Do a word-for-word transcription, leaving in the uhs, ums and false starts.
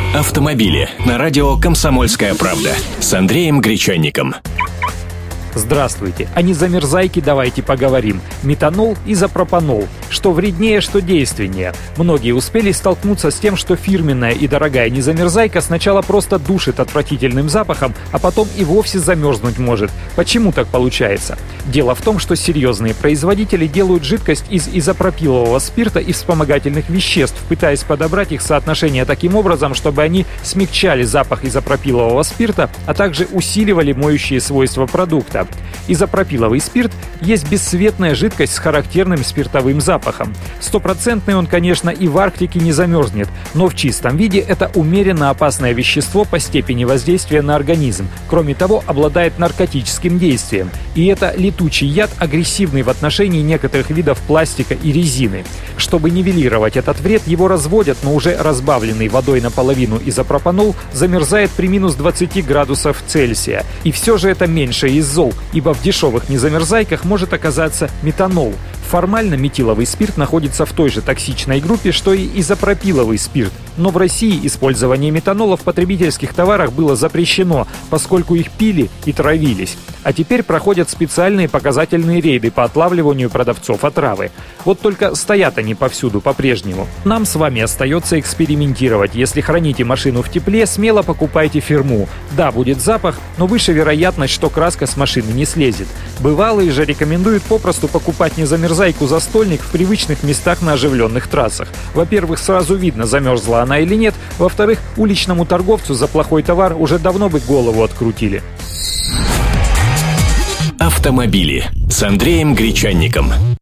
Автомобили на радио «Комсомольская правда» с Андреем Гречанником. Здравствуйте. О незамерзайке давайте поговорим. Метанол, изопропанол. Что вреднее, что действеннее. Многие успели столкнуться с тем, что фирменная и дорогая незамерзайка сначала просто душит отвратительным запахом, а потом и вовсе замерзнуть может. Почему так получается? Дело в том, что серьезные производители делают жидкость из изопропилового спирта и вспомогательных веществ, пытаясь подобрать их соотношение таким образом, чтобы они смягчали запах изопропилового спирта, а также усиливали моющие свойства продукта. Изопропиловый спирт есть бесцветная жидкость с характерным спиртовым запахом. Стопроцентный он, конечно, и в Арктике не замерзнет, но в чистом виде это умеренно опасное вещество по степени воздействия на организм. Кроме того, обладает наркотическим действием. И это летучий яд, агрессивный в отношении некоторых видов пластика и резины. Чтобы нивелировать этот вред, его разводят, но уже разбавленный водой наполовину изопропанол замерзает при минус двадцати градусов Цельсия. И все же это меньше из зол, ибо в дешевых незамерзайках может оказаться метанол. Формально метиловый спирт находится в той же токсичной группе, что и изопропиловый спирт. Но в России использование метанола в потребительских товарах было запрещено, поскольку их пили и травились. А теперь проходят специальные показательные рейды по отлавливанию продавцов отравы. Вот только стоят они повсюду по-прежнему. Нам с вами остается экспериментировать. Если храните машину в тепле, смело покупайте фирму. Да, будет запах, но выше вероятность, что краска с машины не слезет. Бывалые же рекомендуют попросту покупать незамерзайку застольник в привычных местах на оживленных трассах. Во-первых, сразу видно, замерзла она или нет. Во-вторых, уличному торговцу за плохой товар уже давно бы голову открутили. Автомобили с Андреем Гречанником.